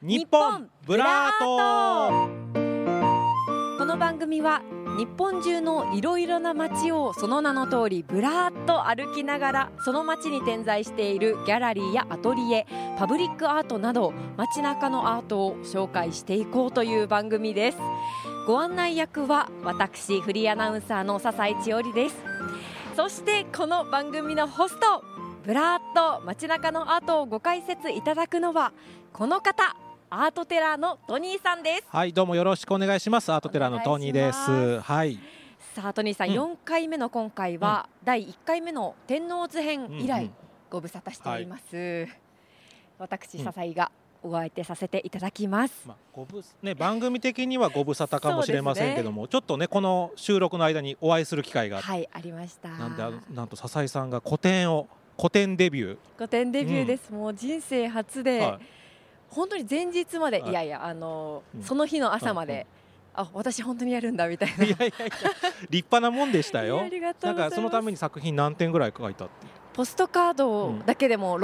日本ブラート。 この番組は日本中のいろいろな街をその名の通りブラーッと歩きながら、その街に点在しているギャラリーやアトリエ、パブリックアートなど街中のアートを紹介していこうという番組です。ご案内役は私フリーアナウンサーの笹井千織です。そしてこの番組のホスト、ブラーッと街中のアートをご解説いただくのはこの方、アートテラーのトニーさんです。 はい、どうもよろしくお願いします。アートテラーのトニーです。はい。 さあトニーさん、4回目の今回は、第1回目の天王洲編以来、ご無沙汰しております。私笹井がお相手させていただきます。 番組的にはご無沙汰かもしれませんけども、ちょっとねこの収録の間にお会いする機会がありました。 なんと笹井さんが個展デビューです。もう人生初で、本当に前日まで、その日の朝まで、私本当にやるんだみたいな。 立派なもんでしたよ。 ありがとうございます。 なんかそのために作品何点ぐらい書いたって。 ポストカードだけでも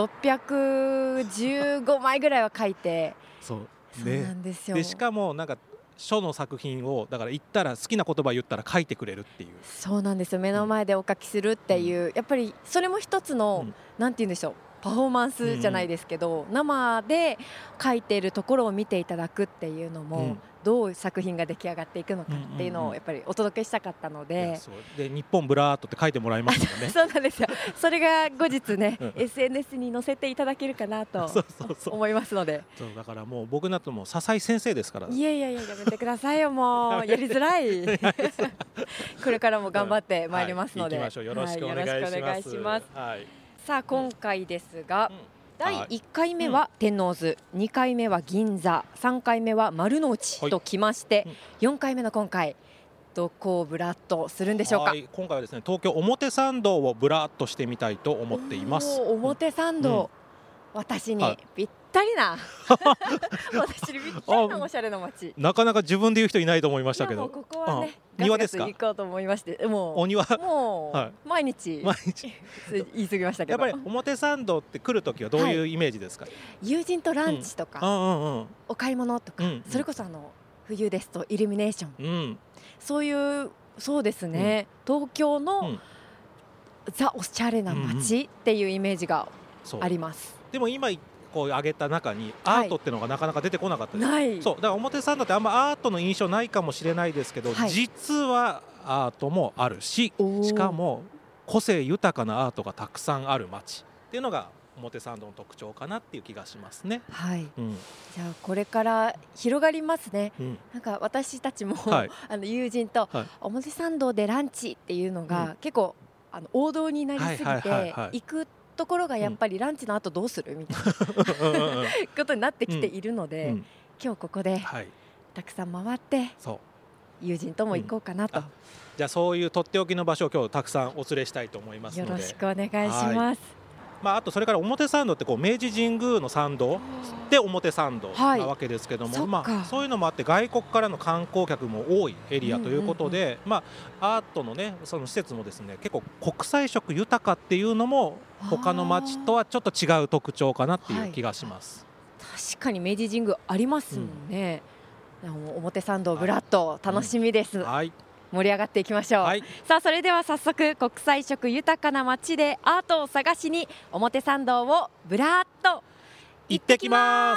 615枚ぐらいは書いて。そうなんですよ。 でしかもなんか書の作品をだから言ったら好きな言葉言ったら書いてくれるっていう。 そうなんですよ。目の前でお書きするっていう、やっぱりそれも一つの、なんて言うんでしょう、パフォーマンスじゃないですけど、生で書いているところを見ていただくっていうのも、どう作品が出来上がっていくのかっていうのをやっぱりお届けしたかったので、 日本ブラートって書いてもらいましたよね。 そうなんですよ。それが後日ね、SNS に載せていただけるかなと思いますので。 そうだからもう僕だともう笹井先生ですから。 いややめてくださいよ、もうやりづらい。これからも頑張ってまいりますので、 よろしくお願いします。 さあ今回ですが、第1回目は天王洲、2回目は銀座、3回目は丸の内ときまして、4回目の今回どこをブラッとするんでしょうか。 今回はですね、東京表参道をブラッとしてみたいと思っています。 表参道、私にぴったりな私にぴったりなおしゃれな街。 なかなか自分で言う人いないと思いましたけど、 ここはね、 庭ですか。 行こうと思いまして、もうお庭、 毎日言い過ぎましたけど、 やっぱり表参道って来るときはどういうイメージですか。 友人とランチとかお買い物とか、それこそ冬ですとイルミネーション、そうですね、東京のザおしゃれな街っていうイメージがあります。 でも今こう上げた中にアートってのがなかなか出てこなかったです。そうだから表参道ってあんまアートの印象ないかもしれないですけど、実はアートもあるし、しかも個性豊かなアートがたくさんある街っていうのが表参道の特徴かなっていう気がしますね。 じゃあこれから広がりますね。なんか私たちも、友人と表参道でランチっていうのが結構王道になりすぎて、行くところがやっぱりランチの後どうするみたいなことになってきているので、今日ここでたくさん回って友人とも行こうかなと。 じゃあそういうとっておきの場所を今日たくさんお連れしたいと思いますので、 よろしくお願いします。 あとそれから表参道って明治神宮の参道で表参道なわけですけども、そういうのもあって外国からの観光客も多いエリアということで、アートのねその施設もですね結構国際色豊かっていうのも他の街とはちょっと違う特徴かなっていう気がします。 確かに明治神宮ありますもんね。表参道ブラッと楽しみです。盛り上がっていきましょう。さあそれでは早速国際色豊かな街でアートを探しに表参道をブラッと行ってきます。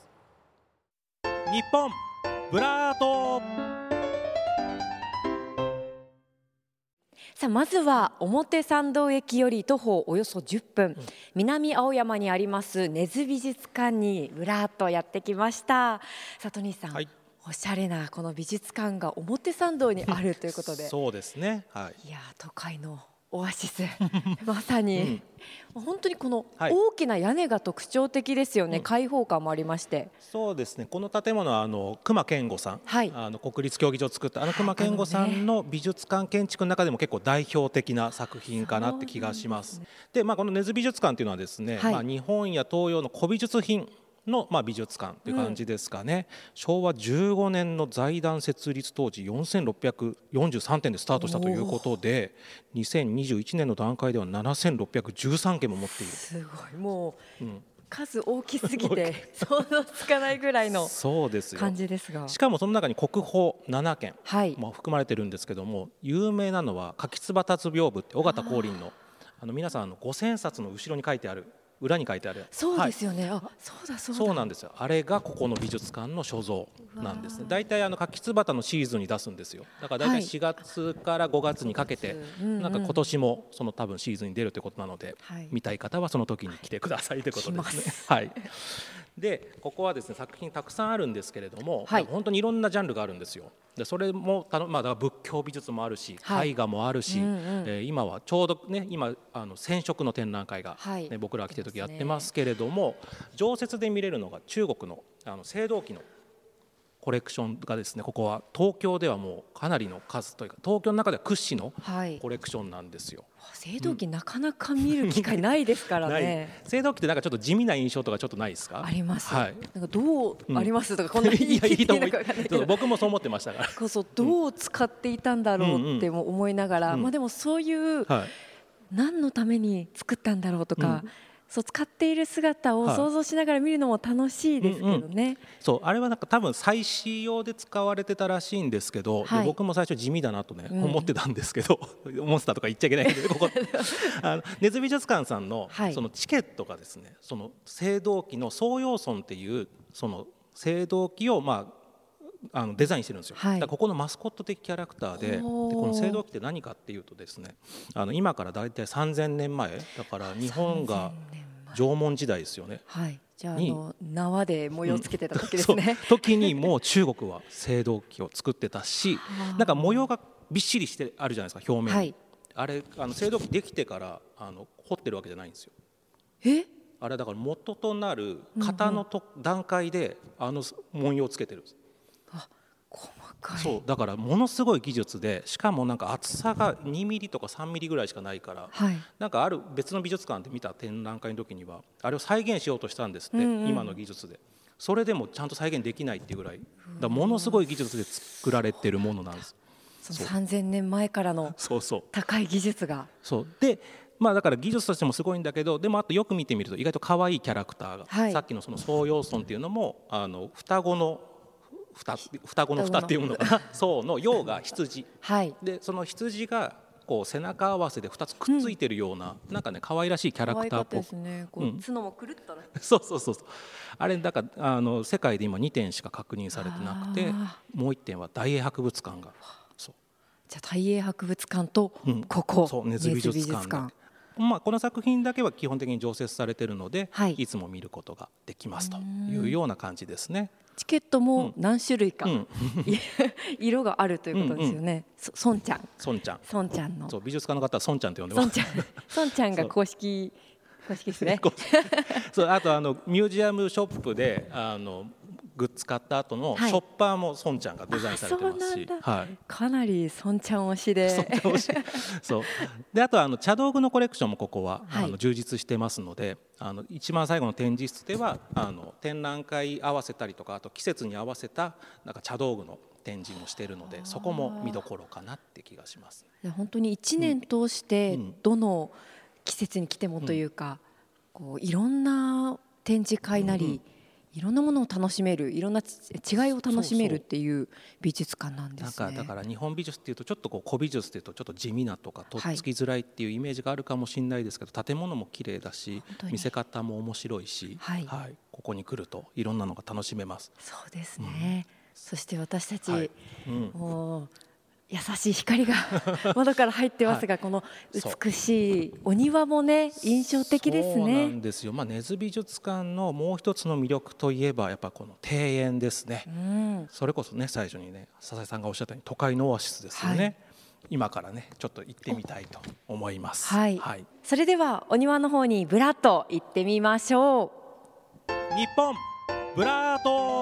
日本ブラート。 さあまずは表参道駅より徒歩およそ10分、南青山にあります根津美術館にブラッとやってきました。さあトニーさん、おしゃれなこの美術館が表参道にあるということでそうですね、 いや都会のオアシスまさに、本当にこの大きな屋根が特徴的ですよね。開放感もありまして。 そうですね、この建物は熊健吾さん、国立競技場を作った熊健吾さんの美術館建築の中でも結構代表的な作品かなって気がします。で、この根津美術館というのはですね、日本や東洋の古美術品の美術館という感じですかね。昭和15年の財団設立当時4643点でスタートしたということで、2021年の段階では7613件も持っている。 すごい、もう、 数大きすぎて想像つかないぐらいの感じですが、 しかもその中に国宝7件も含まれてるんですけども、有名なのは柿椿達屏風って尾形光琳の皆さん五千冊の後ろに書いてある、裏に書いてある、 そうですよね、 そうなんですよ。あれがここの美術館の所蔵なんですね。だいたい柿椿のシーズンに出すんですよ。だからだいたい4月から5月にかけて、なんか今年もその多分シーズンに出るということなので、見たい方はその時に来てくださいということですね。はい。でここはですね、作品たくさんあるんですけれども、本当にいろんなジャンルがあるんですよ。でそれもだから仏教美術もあるし、絵画もあるし、今はちょうどね、今染色の展覧会が、僕らが来てる時やってますけれども、常設で見れるのが中国の青銅器のコレクションがですね、ここは東京ではもうかなりの数というか、東京の中では屈指のコレクションなんですよ。 青銅器なかなか見る機会ないですからね。 青銅器ってなんかちょっと地味な印象とかちょっとないですか？ あります。なんかどうありますとか、こんな言い切っていいのか分かんないけど、 僕もそう思ってましたから。 こそどう使っていたんだろうっても思いながら、まあでもそういう何のために作ったんだろうとか。そう使っている姿を想像しながら見るのも楽しいですけどね。 そうあれはなんか多分祭祀用で使われてたらしいんですけど、で僕も最初地味だなとね、思ってたんですけど、思ってたとか言っちゃいけないけど、ここ根津美術館さんのそのチケットがですね、その青銅器の宋陽尊っていうその青銅器をデザインしてるんですよ。だからここのマスコット的キャラクターで、この青銅器って何かっていうとですね、今からだいたい3000年前だから、日本が縄文時代ですよね。 じゃあ縄で模様つけてた時ですね。 時にもう中国は青銅器を作ってたし、なんか模様がびっしりしてあるじゃないですか、表面に。あれ青銅器できてから彫ってるわけじゃないんですよ。あれだから元となる型の段階で文様をつけてるんです。 細かい。 そうだからものすごい技術で、しかもなんか厚さが2ミリとか3ミリぐらいしかないから、なんかある別の美術館で見た展覧会の時にはあれを再現しようとしたんですって、今の技術で。それでもちゃんと再現できないっていうぐらいだ、ものすごい技術で作られてるものなんです。 その3000年前からの高い技術が。 そうでだから技術としてもすごいんだけど、でもあとよく見てみると意外と可愛いキャラクターが、さっきのその宋陽尊っていうのも双子の蓋っていうのかな、宋の陽が羊、でその羊がこう背中合わせで2つくっついてるような、なんかね可愛らしいキャラクターっぽく、 角もくるっとそうあれだから世界で今2点しか確認されてなくて、もう1点は大英博物館が。 じゃあ大英博物館とここ根津美術館、この作品だけは基本的に常設されているので、いつも見ることができますというような感じですね。 チケットも何種類か、色があるということですよね。孫ちゃんの美術館の方は孫ちゃんと呼んでます。 孫ちゃんが公式ですね。 あとミュージアムショップでグッズ買った後のショッパーも孫ちゃんがデザインされてますし、 かなり孫ちゃん推しで。 そうで、あと茶道具のコレクションもここは充実してますので、一番最後の展示室では展覧会合わせたりとか、あと季節に合わせたなんか茶道具の展示もしているので、そこも見どころかなって気がします。 本当に1年通してどの季節に来てもというか、こういろんな展示会なり、いろんなものを楽しめる、いろんな違いを楽しめるっていう美術館なんですね。 だから日本美術っていうとちょっと古美術っていうとちょっと地味なとかとっつきづらいっていうイメージがあるかもしれないですけど、建物も綺麗だし見せ方も面白いし、ここに来るといろんなのが楽しめます。 そうですね、そして私たち、優しい光が窓から入ってますが、この美しいお庭もね印象的ですね。 そうなんですよ。根津美術館のもう一つの魅力といえばやっぱこの庭園ですね。それこそね、最初にね笹井さんがおっしゃったように都会のオアシスですよね。今からねちょっと行ってみたいと思います。 それではお庭の方にブラッと行ってみましょう。日本ブラート。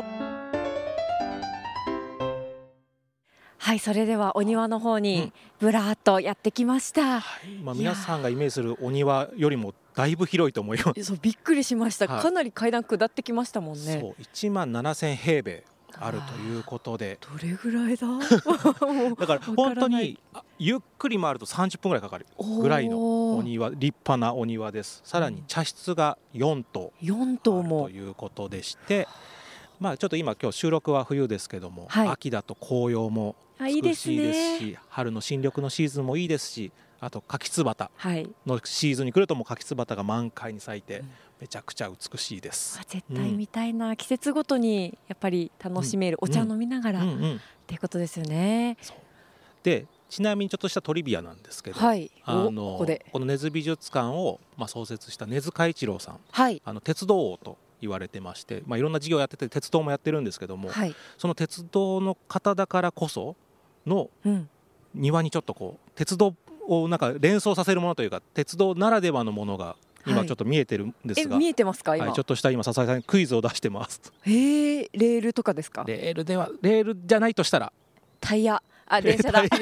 それではお庭の方にブラーっとやってきました。 皆さんがイメージするお庭よりもだいぶ広いと思います。 びっくりしました。かなり階段下ってきましたもんね。 1万7000平米あるということで、 どれぐらいだだから本当にゆっくり回ると30分ぐらいかかるぐらいのお庭、立派なお庭です。さらに茶室が4棟もということでして、ちょっと今日収録は冬ですけども、秋だと紅葉も美しいですし、春の新緑のシーズンもいいですし、あとカキツバタのシーズンに来るともうカキツバタが満開に咲いてめちゃくちゃ美しいです。 絶対見たいな、季節ごとにやっぱり楽しめる、お茶飲みながらっていうことですよね。 でちなみにちょっとしたトリビアなんですけど、この根津美術館を創設した根津嘉一郎さん、鉄道王と言われてまして、いろんな事業をやってて鉄道もやってるんですけども、その鉄道の方だからこその庭にちょっと鉄道をなんか連想させるものというか、鉄道ならではのものが今ちょっと見えてるんですが、 見えてますか今、 ちょっとした今笹井さんにクイズを出してます。 レールとかですか？ レールじゃないとしたらタイヤ、電車だ違う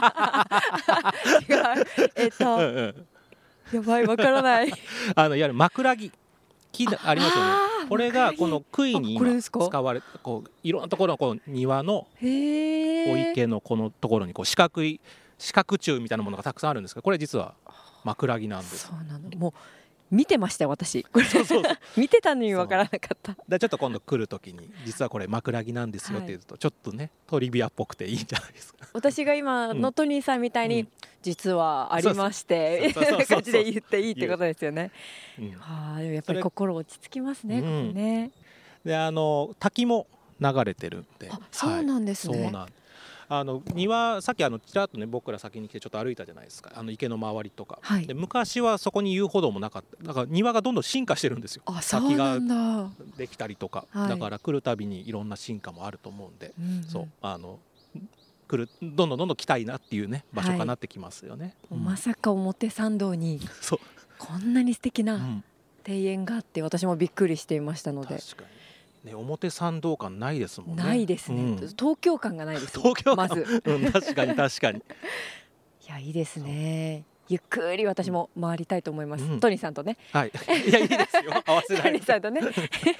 やばい、わからないいわゆる枕木ありますよね。これがこの杭に今使われて、いろんなところの庭のお池のこのところに四角柱みたいなものがたくさんあるんですが、これ実は枕木なんです。 そうなの、もう見てましたよ私これ見てたのに分からなかった。 ちょっと今度来るときに実はこれ枕木なんですよって言うと、ちょっとねトリビアっぽくていいんじゃないですか。 私が今のトニーさんみたいに、実はありましてみたいな感じで言っていいってことですよね。でもやっぱり心落ち着きますね、ここね。 で滝も流れてるんで。 そうなんですね。 そうなん庭、さっきちらっとね僕ら先に来てちょっと歩いたじゃないですか、池の周りとか、で昔はそこに遊歩道もなかった。だから庭がどんどん進化してるんですよ。滝ができたりとか、だから来るたびにいろんな進化もあると思うんで、どんどん来たいなっていうね場所かなってきますよね。 まさか表参道にこんなに素敵な庭園があって、私もびっくりしていましたので。 確かに表参道感ないですもんね。 ないですね、東京感がないですまず確かにいや、いいですね。ゆっくり私も回りたいと思います、トニーさんとね。 いや、いいですよ、合わせないトニーさんとね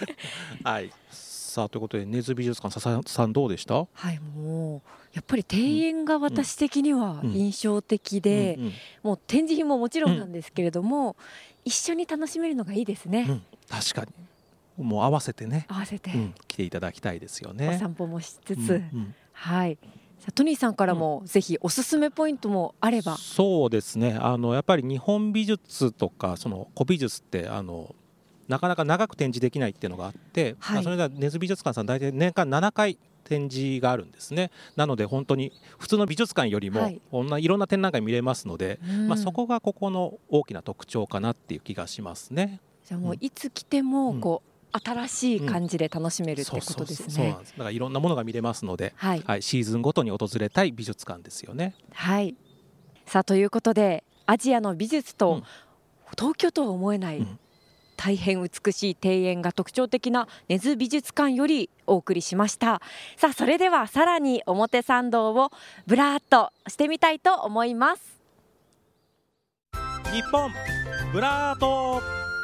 さあ、ということで根津美術館、笹さんどうでした？ もうやっぱり庭園が私的には印象的で、もう展示品ももちろんなんですけれども、一緒に楽しめるのがいいですね。 確かにもう合わせて来ていただきたいですよね。 お散歩もしつつ、トニーさんからもぜひおすすめポイントもあれば。 そうですね、やっぱり日本美術とかその古美術ってなかなか長く展示できないっていうのがあって、それでは根津美術館さん大体年間7回展示があるんですね。なので本当に普通の美術館よりもいろんな展覧会見れますので、そこがここの大きな特徴かなっていう気がしますね。 じゃあもういつ来ても新しい感じで楽しめるってことですね。 そうなんです。だからいろんなものが見れますので、シーズンごとに訪れたい美術館ですよね。 さあ、ということでアジアの美術と東京とは思えない大変美しい庭園が特徴的な根津美術館よりお送りしました。さあ、それではさらに表参道をブラーっとしてみたいと思います。 日本ブラート。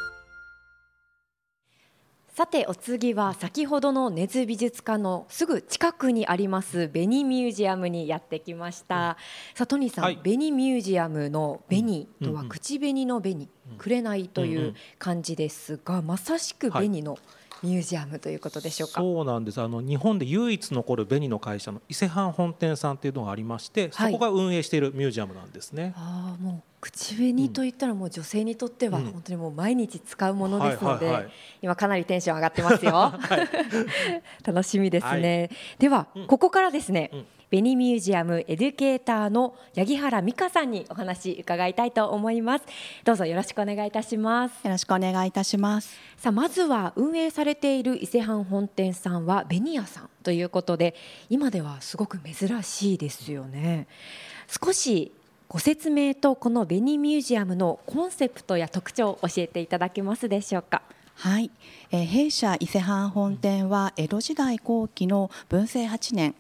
さて、お次は先ほどの根津美術館のすぐ近くにあります紅ミュージアムにやってきました。さあ、トニーさん、紅ミュージアムの紅とは口紅の紅、紅という漢字ですが、まさしく紅のミュージアムということでしょうか？ そうなんです。日本で唯一残る紅の会社の伊勢藩本店さんというのがありまして、そこが運営しているミュージアムなんですね。 もう口紅といったらもう女性にとっては本当にもう毎日使うものですので、今かなりテンション上がってますよ楽しみですね。ではここからですね、紅ミュージアムエデュケーターの八木原美香さんにお話伺いたいと思います。どうぞよろしくお願いいたします。 よろしくお願いいたします。 さあ、まずは運営されている伊勢藩本店さんは紅屋さんということで、今ではすごく珍しいですよね。少しご説明とこの紅ミュージアムのコンセプトや特徴を教えていただけますでしょうか？ 弊社伊勢藩本店は江戸時代後期の文政8年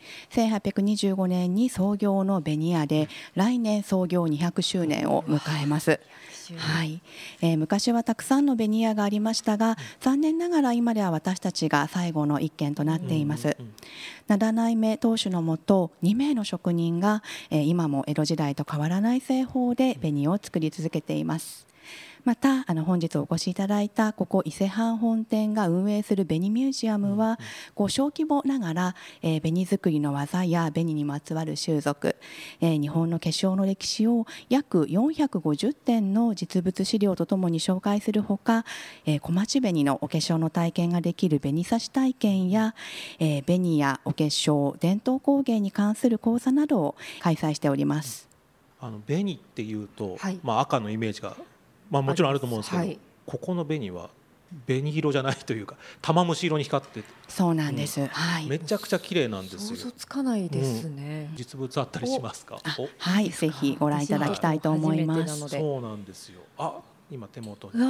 1825年に創業の紅屋で、来年創業200周年を迎えます。 はい、昔はたくさんのベニヤがありましたが、残念ながら今では私たちが最後の一軒となっています。7代目当主のもと2名の職人が、今も江戸時代と変わらない製法で紅を作り続けています。また本日お越しいただいたここ伊勢藩本店が運営する紅ミュージアムは、小規模ながら、紅作りの技や紅にまつわる習俗、日本の化粧の歴史を約450点の実物資料とともに紹介するほか、小町紅のお化粧の体験ができる紅差し体験や、紅やお化粧伝統工芸に関する講座などを開催しております。 紅っていうと、赤のイメージがもちろんあると思うんですけど、ここの紅は紅色じゃないというか玉虫色に光ってそうなんです、 めちゃくちゃ綺麗なんですよ。 想像つかないですね、 実物あったりしますか？ はい、ぜひご覧いただきたいと思います。 そうなんですよ。今手元に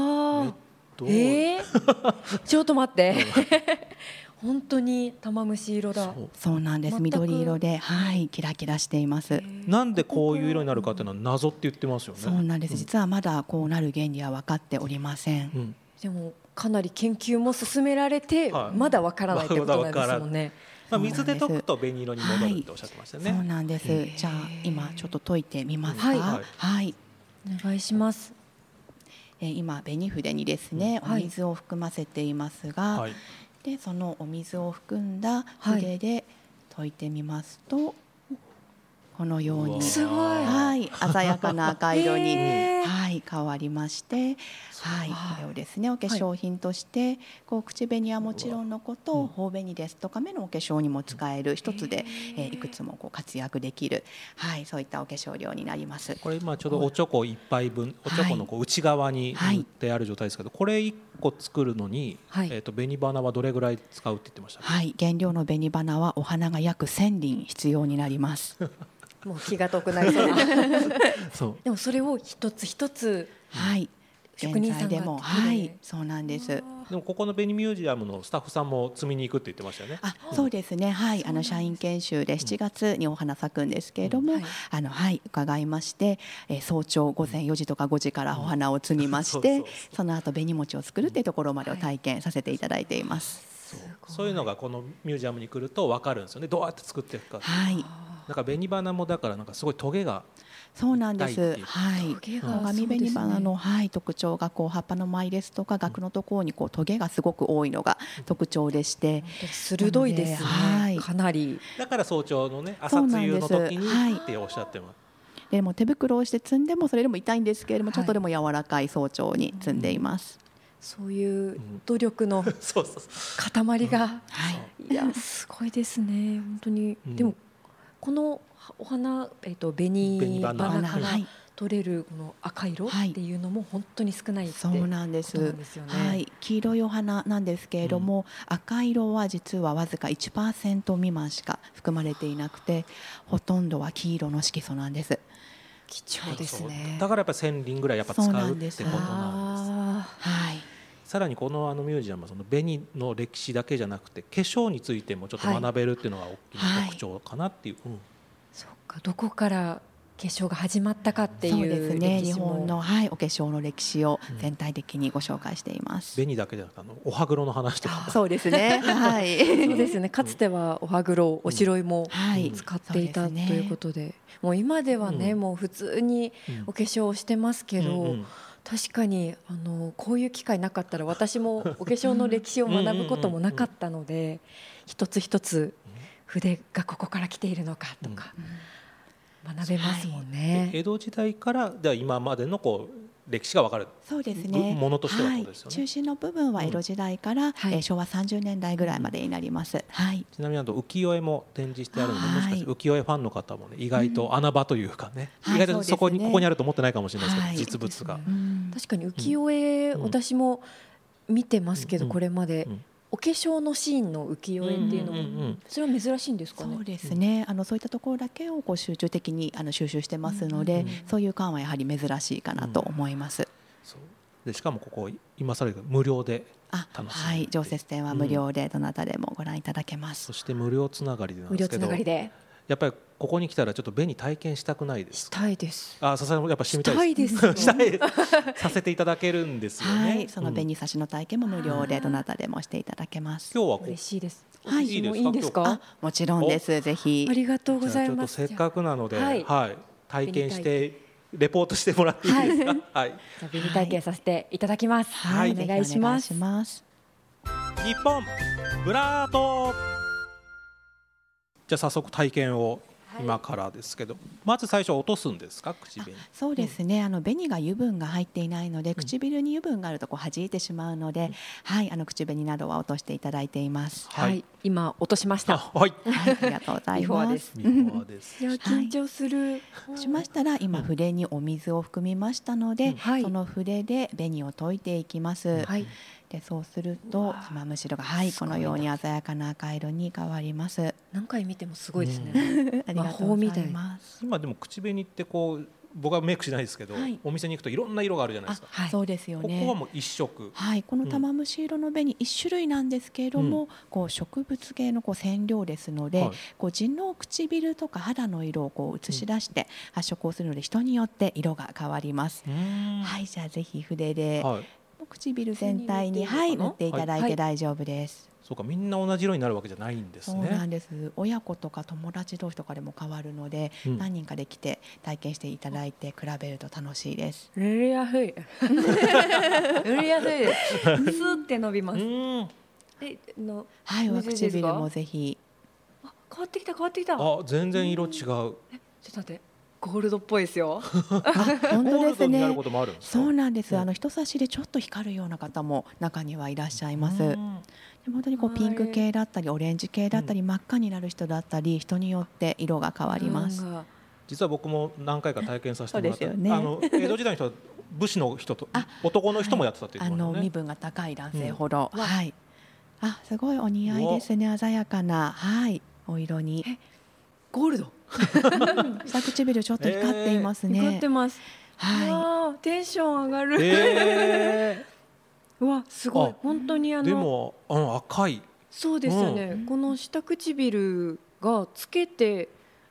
ちょっと待って本当に玉虫色だ。 そうなんです。緑色で、キラキラしています。 なんでこういう色になるかっていうのは謎って言ってますよね。 そうなんです。実はまだこうなる原理は分かっておりません。 でもかなり研究も進められて、まだ分からないってことなんですもんね。 水で溶くと紅色に戻るっておっしゃってましたね。 そうなんです。じゃあ今ちょっと溶いてみますか。はい、 お願いします。 今紅筆にですね、お水を含ませていますが、でそのお水を含んだ筆で溶いてみますと、このようにすごい、 鮮やかな赤色に、変わりまして、これをですねお化粧品として、口紅はもちろんのこと、頬紅ですとか目のお化粧にも使える一つで、いくつも活躍できる、そういったお化粧料になります。 これ今ちょうどおちょこ1杯分、おちょこの内側に塗ってある状態ですけど、これ1個作るのに、紅花はどれぐらい使うって言ってましたか？ 原料の紅花はお花が約1000輪必要になりますもう気が遠くなりそうなでもそれを一つ一つ、職人さんがそうなんです。 でもここの紅ミュージアムのスタッフさんも摘みに行くって言ってましたよね。 そうですね、社員研修で7月にお花咲くんですけれども、伺いまして、早朝午前4時とか5時からお花を摘みまして、その後紅餅を作るっていうところまでを体験させていただいています。 そういうのがこのミュージアムに来ると分かるんですよね。どうやって作っていくか。なんか紅花もだからなんかすごいトゲが、 そうなんです。紙紅花の特徴が葉っぱの舞ですとかガクのところにトゲがすごく多いのが特徴でして、 鋭いですね。かなり。 だから早朝のね朝露の時にっておっしゃってます。 でも手袋をして摘んでもそれでも痛いんですけれども、ちょっとでも柔らかい早朝に摘んでいます。 そういう努力の塊が、いやすごいですね本当に。でもこのお花、紅花から取れるこの赤色っていうのも本当に少ないってことなんですよね。 黄色いお花なんですけれども、赤色は実はわずか 1% 未満しか含まれていなくて、ほとんどは黄色の色素なんです。 貴重ですね。 だからやっぱり1000輪ぐらいやっぱ使うってことなんです。さらにこのミュージアムはその紅の歴史だけじゃなくて化粧についてもちょっと学べるっていうのが大きな特徴かなっていう、 そっか、どこから化粧が始まったかっていう、 そうですね、日本の、お化粧の歴史を全体的にご紹介しています。 紅だけでなくてお歯黒の話とかそうですね、 そうですね、かつてはお歯黒、おしろいも使っていたということで、もう今ではね、もう普通にお化粧をしてますけど、確かにこういう機会なかったら私もお化粧の歴史を学ぶこともなかったので、一つ一つ筆がここから来ているのかとか学べますもんね。 江戸時代からでは今までの歴史が分かる。 そうですね、 ものとしてはそうですよね。 中心の部分は江戸時代から、昭和30年代ぐらいまでになります。 ちなみに浮世絵も展示してあるので、もしかして浮世絵ファンの方もね、意外と穴場というかね、意外とここにあると思ってないかもしれないですけど、実物が。 確かに浮世絵、私も見てますけど、これまでお化粧のシーンの浮世絵っていうのも、それは珍しいんですかね。 そうですね、そういったところだけを集中的に収集してますので、そういう感はやはり珍しいかなと思います。 でしかもここ今更無料で楽し常設展は無料でどなたでもご覧いただけます。 そして無料つながりでなんですけど、 やっぱりここに来たらちょっと紅体験したくないですか？ したいです。 ささやっぱしてみたいです。 したいですさせていただけるんですよね。 はい、その紅差しの体験も無料でどなたでもしていただけます。 今日は嬉しいです。 はい、 いいですか？ いいんですか？ もちろんです。ぜひ。 ありがとうございます。 じゃあちょっとせっかくなので、 はい体験してレポートしてもらっていいですか？はい。 じゃあ紅体験させていただきます。 はい、 お願いします。 日本ブラート。じゃあ早速体験を今からですけど、まず最初落とすんですか、口紅？ そうですね、紅が油分が入っていないので、唇に油分があると弾いてしまうので、はい、口紅などは落としていただいています。 はい、今落としました。 はい、 ありがとうございます。 ビフォーです。 いや緊張する。 しましたら今筆にお水を含みましたので、その筆で紅を溶いていきます。はい。でそうすると島むしろがこのように鮮やかな赤色に変わります。 何回見てもすごいですね。 ありがとうございます。 今でも口紅って僕はメイクしないですけど、お店に行くといろんな色があるじゃないですか。 そうですよね。 ここはもう一色。 はい、この玉虫色の紅一種類なんですけれども、植物系の染料ですので、地の唇とか肌の色を映し出して発色をするので、人によって色が変わります。はい、じゃあぜひ筆で唇全体に塗っていただいて大丈夫です。 そうか、みんな同じ色になるわけじゃないんですね。 そうなんです。親子とか友達同士とかでも変わるので、何人かで来て体験していただいて比べると楽しいです。 塗りやすい塗りやすいです。スーって伸びます。 はい、唇もぜひ。 変わってきた変わってきた。 全然色違う。 ちょっと待って、ゴールドっぽいですよ。 本当ですね。 そうなんです。人差しでちょっと光るような方も中にはいらっしゃいます。本当にピンク系だったりオレンジ系だったり真っ赤になる人だったり、人によって色が変わります。 実は僕も何回か体験させてもらった。江戸時代の人は武士の人と男の人もやってたっていうことね。 身分が高い男性ほど。はい。すごいお似合いですね。鮮やかなお色に。 ゴールド。 下唇ちょっと光っていますね。 光ってます。はい。テンション上がる。うわ、すごい。本当にでも赤い。 そうですよね。この下唇がつけて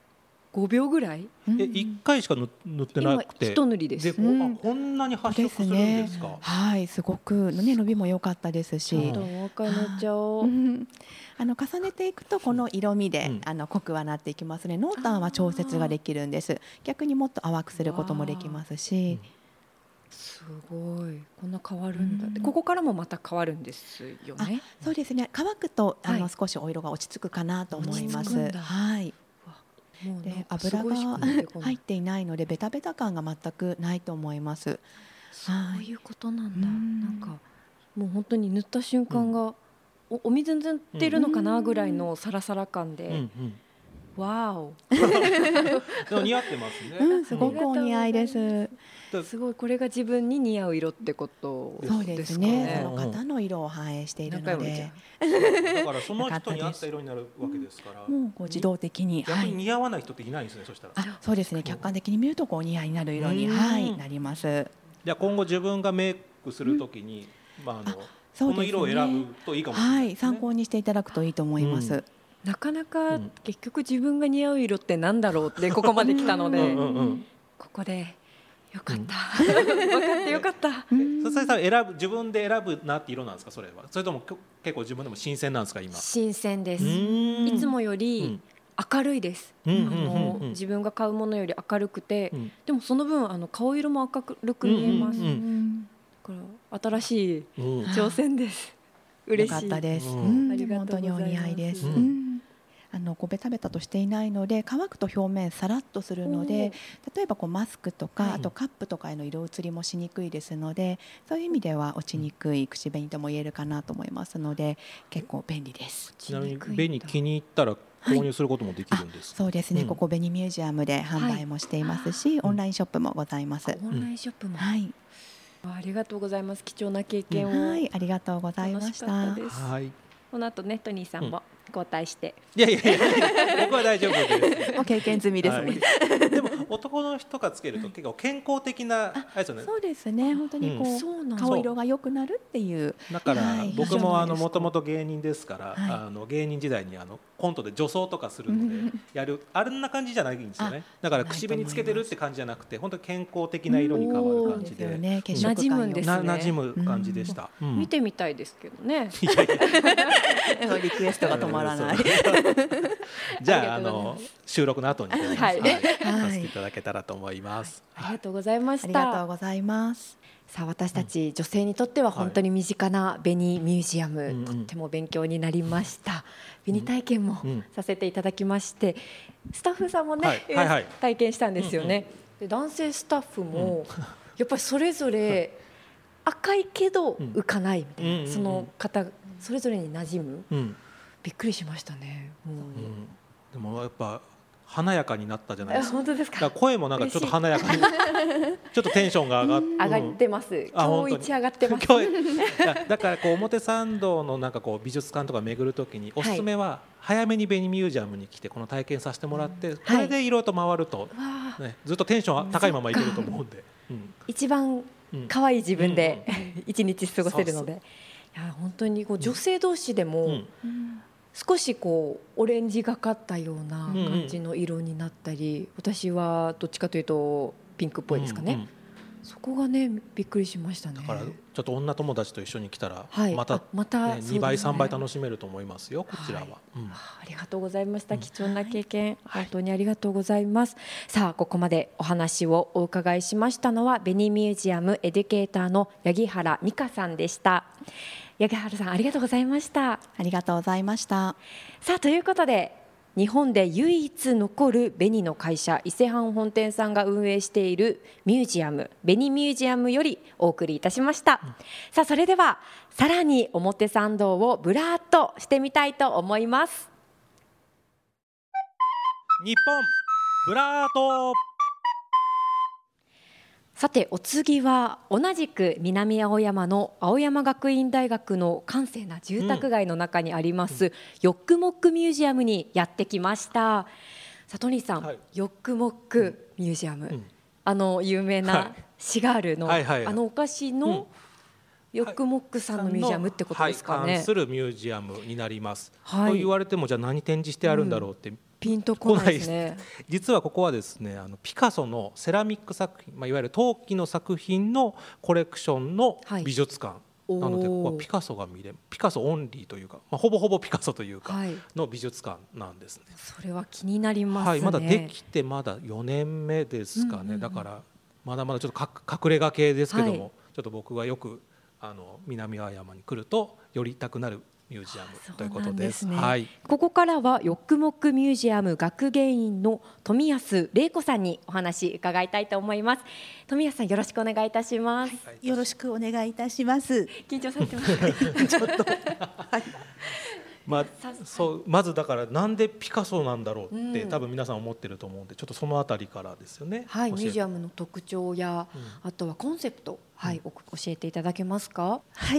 5秒ぐらい。 1回しか塗ってなくて。 一塗りです。 こんなに発色するんですか。 はい、すごく伸びも良かったですし。 もう一回塗っちゃおう。 重ねていくとこの色味で濃くはなっていきますね。濃淡は調節ができるんです。逆にもっと淡くすることもできますし。 すごい、こんな変わるんだって。ここからもまた変わるんですよね。 そうですね。乾くと少しお色が落ち着くかなと思います。はい。で油が入っていないのでベタベタ感が全くないと思います。 そういうことなんだ。なんかもう本当に塗った瞬間がお水塗ってるのかなぐらいのサラサラ感で。わお。 でも似合ってますね。 すごくお似合いです。 すごい、これが自分に似合う色ってことですかね。 そうですね。その方の色を反映しているので。 だからその人に合った色になるわけですから。 もう自動的に。 逆に似合わない人っていないんですね。そしたら。 そうですね。客観的に見るとお似合いになる色になります。 じゃあ今後自分がメイクするときにこの色を選ぶといいかもしれないですね。 参考にしていただくといいと思います。 なかなか結局自分が似合う色ってなんだろうってここまで来たので、ここでよかった、分かってよかった。 笹井さん自分で選ぶなって色なんですか、それは。それとも結構自分でも新鮮なんですか今。 新鮮です。いつもより明るいです。自分が買うものより明るくて、でもその分顔色も明るく見えます。だから新しい挑戦です。嬉しい。 よかったです。本当にお似合いです。ベタベタとしていないので、乾くと表面さらっとするので、例えばマスクとかあとカップとかへの色移りもしにくいですので、そういう意味では落ちにくい口紅とも言えるかなと思いますので、結構便利です。 ちなみに紅気に入ったら購入することもできるんですか。 そうですね。ここ紅ミュージアムで販売もしていますし、オンラインショップもございます。 オンラインショップも。 はい。 ありがとうございます。貴重な経験を。 はい、ありがとうございました。 はい。 この後ね、トニーさんも交代して。 いや僕は大丈夫です。 もう経験済みですもん。 でも男の人がつけると結構健康的なあれですよね。 そうですね。本当に顔色が良くなるっていう。 だから僕ももともと芸人ですから、芸人時代にココントで女装とかするのでやるあんな感じじゃないんですよね。だから口紅つけてるって感じじゃなくて本当に健康的な色に変わる感じで、 馴染むんですね。 馴染む感じでした。 見てみたいですけどね。 リクエストが止まらない。 じゃあ収録の後にさせていただけたらと思います。 ありがとうございました。 ありがとうございます。 さあ私たち女性にとっては本当に身近な紅ミュージアム、とっても勉強になりました。紅体験もさせていただきまして、スタッフさんもね、体験したんですよね。で男性スタッフもやっぱりそれぞれ赤いけど浮かないみたいな、その方それぞれに馴染む、びっくりしましたね。 でもやっぱ華やかになったじゃないですか。 本当ですか。 だから声もなんかちょっと華やかにちょっとテンションが上がってます。今日一上がってます。 だからこう表参道のなんかこう美術館とか巡るときにおすすめは早めに紅ミュージアムに来てこの体験させてもらって、これでいろいろと回るとずっとテンション高いままいけると思うんで、 一番可愛い自分で一日過ごせるので、いや本当にこう女性同士でも少しこうオレンジがかったような感じの色になったり、私はどっちかというとピンクっぽいですかね。そこがねびっくりしましたね。 だからちょっと女友達と一緒に来たらまた2倍3倍楽しめると思いますよ、こちらは。 ありがとうございました。貴重な経験、本当にありがとうございます。さあここまでお話をお伺いしましたのは紅ミュージアムエデュケーターの八木原美香さんでした。八木原さんありがとうございました。 ありがとうございました。 さあということで日本で唯一残る紅の会社伊勢藩本店さんが運営しているミュージアム紅ミュージアムよりお送りいたしました。さあそれではさらに表参道をブラーっとしてみたいと思います。 日本ブラート。 さてお次は同じく南青山の青山学院大学の閑静な住宅街の中にありますヨックモックミュージアムにやってきました。さあトニーさん、ヨックモックミュージアム、有名なシガールのお菓子のヨックモックさんのミュージアムってことですかね。 関するミュージアムになります。と言われてもじゃあ何展示してあるんだろうってピンとこないですね。 実はここはですねピカソのセラミック作品、いわゆる陶器の作品のコレクションの美術館なので、ここはピカソが見れる、ピカソオンリーというか、ほぼほぼピカソというかの美術館なんですね。 それは気になりますね。 まだできてまだ4年目ですかね。だからまだまだちょっと隠れ家系ですけども、ちょっと僕がよく南青山に来ると寄りたくなるミュージアムということです。 ここからはヨックモックミュージアム学芸員の富安玲子さんにお話伺いたいと思います。富安さんよろしくお願いいたします。 よろしくお願いいたします。 緊張されてますか？ ちょっとまずだからなんでピカソなんだろうって多分皆さん思ってると思うんで、ちょっとそのあたりからですよね。 ミュージアムの特徴や、あとはコンセプト、教えていただけますか？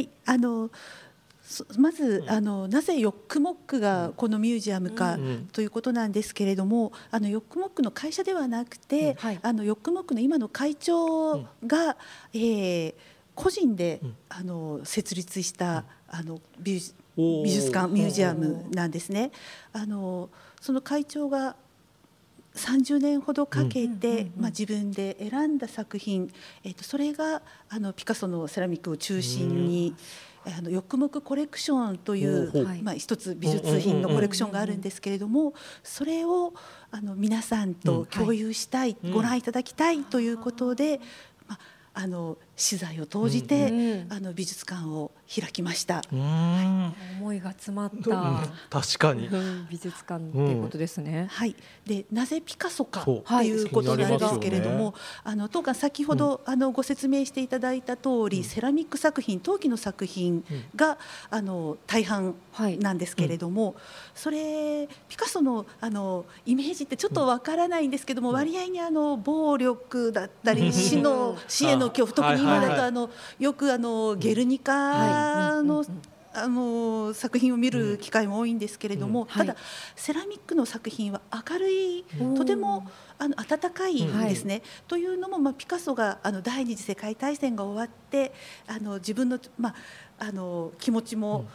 まずなぜヨックモックがこのミュージアムかということなんですけれども、ヨックモックの会社ではなくて、ヨックモックの今の会長が、個人で設立した美術館ミュージアムなんですね。その会長が30年ほどかけて、自分で選んだ作品、それがピカソのセラミックを中心にヨックモックコレクションという、一つ美術品のコレクションがあるんですけれども、それを皆さんと共有したい、ご覧いただきたいということで、資材を投じて、美術館を開きました。 思いが詰まった確かに美術館ということですね。 でなぜピカソかということなんですけれども、当館先ほどご説明していただいた通り、セラミック作品、陶器の作品が大半なんですけれども、それピカソのイメージってちょっとわからないんですけども、割合に暴力だったり死への恐怖、特に今だとよくゲルニカの作品を見る機会も多いんですけれども、ただセラミックの作品は明るい、とても温かいですね。というのも、ピカソが第二次世界大戦が終わって自分の、気持ちも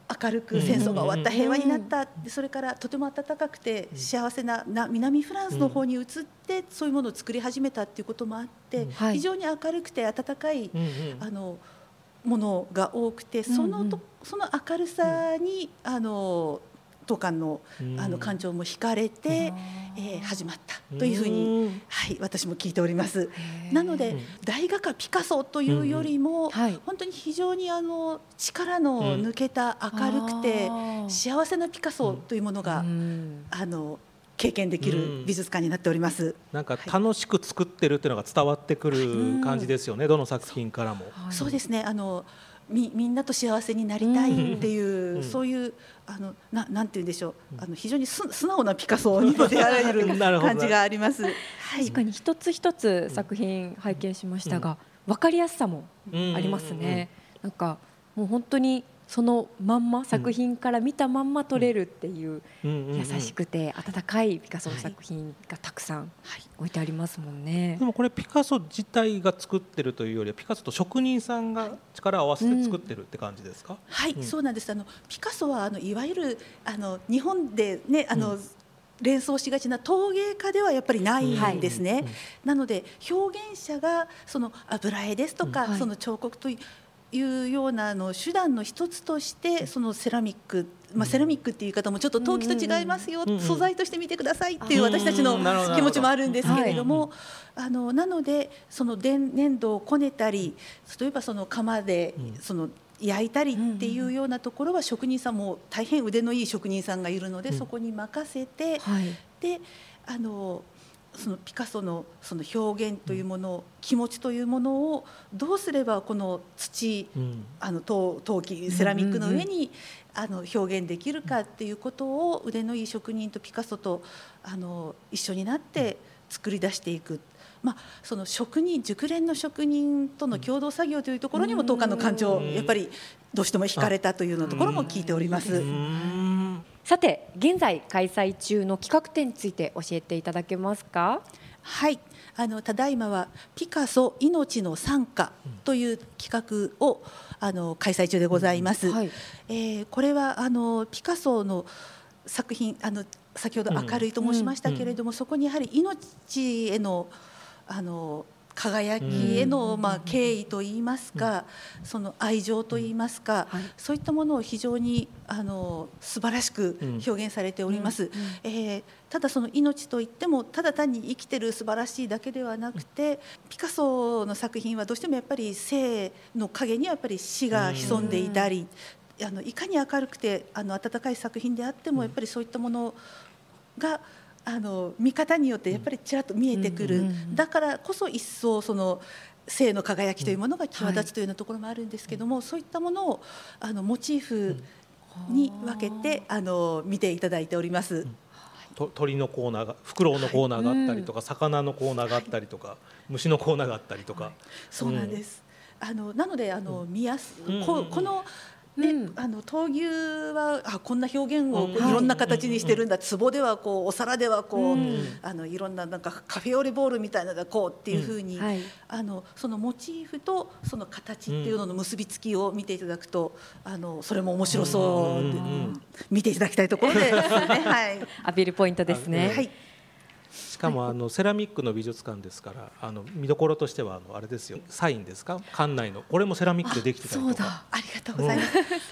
明るく戦争が終わった、平和になった、それからとても暖かくて幸せな南フランスの方に移ってそういうものを作り始めたっていうこともあって、非常に明るくて温かいものが多くて、その明るさに当館の館長も惹かれて始まったというふうに、私も聞いております。なので大画家ピカソというよりも、本当に非常に力の抜けた明るくて幸せなピカソというものが経験できる美術館になっております。 なんか楽しく作ってるっていうのが伝わってくる感じですよね、どの作品からも。 そうですね、みんなと幸せになりたいっていう、そういうなんて言うんでしょう、非常に素直なピカソにも出会える感じがあります。 確かに一つ一つ作品拝見しましたが、分かりやすさもありますね。なんかもう本当にそのまんま作品から見たまんま撮れるっていう優しくて温かいピカソの作品がたくさん置いてありますもんね。 でもこれピカソ自体が作ってるというよりはピカソと職人さんが力を合わせて作ってるって感じですか？ はい、そうなんです。ピカソはいわゆる日本でね連想しがちな陶芸家ではやっぱりないんですね。なので表現者がその油絵ですとか、その彫刻というような手段の一つとしてそのセラミック、セラミックっていう言い方もちょっと陶器と違いますよ、素材として見てくださいっていう私たちの気持ちもあるんですけれども、なのでその粘土をこねたり、例えばその窯でその焼いたりっていうようなところは職人さんも大変腕のいい職人さんがいるので、そこに任せて、でそのピカソのその表現というもの、気持ちというものをどうすればこの土、陶器セラミックの上に表現できるかっていうことを腕のいい職人とピカソと一緒になって作り出していく。その職人、熟練の職人との共同作業というところにも当館の館長やっぱりどうしても惹かれたというようなところも聞いております。 さて現在開催中の企画展について教えていただけますか？ はい、ただいまはピカソ命の賛歌という企画を開催中でございます。これはピカソの作品先ほど明るいと申しましたけれども、そこにやはり命への輝きへの敬意といいますか、その愛情といいますか、そういったものを非常に素晴らしく表現されております。ただその命といってもただ単に生きてる素晴らしいだけではなくて、ピカソの作品はどうしてもやっぱり生の陰にはやっぱり死が潜んでいたり、いかに明るくて温かい作品であってもやっぱりそういったものが見方によってやっぱりちらっと見えてくる。だからこそ一層その生の輝きというものが際立つというようなところもあるんですけども、そういったものをモチーフに分けて見ていただいております。 鳥のコーナーが、フクロウのコーナーがあったりとか、魚のコーナーがあったりとか、虫のコーナーがあったりとか、 そうなんです。なので見やすこの闘牛はこんな表現をいろんな形にしてるんだ、壺ではこうお皿ではこういろんななんかカフェオレボールみたいなのがこうっていうふうにそのモチーフとその形っていうのの結びつきを見ていただくとそれも面白そう見ていただきたいところですね。 アピールポイントですね。 しかもセラミックの美術館ですから見どころとしてはあれですよ、サインですか、館内のこれもセラミックでできてたりとか。 ありがとうございます。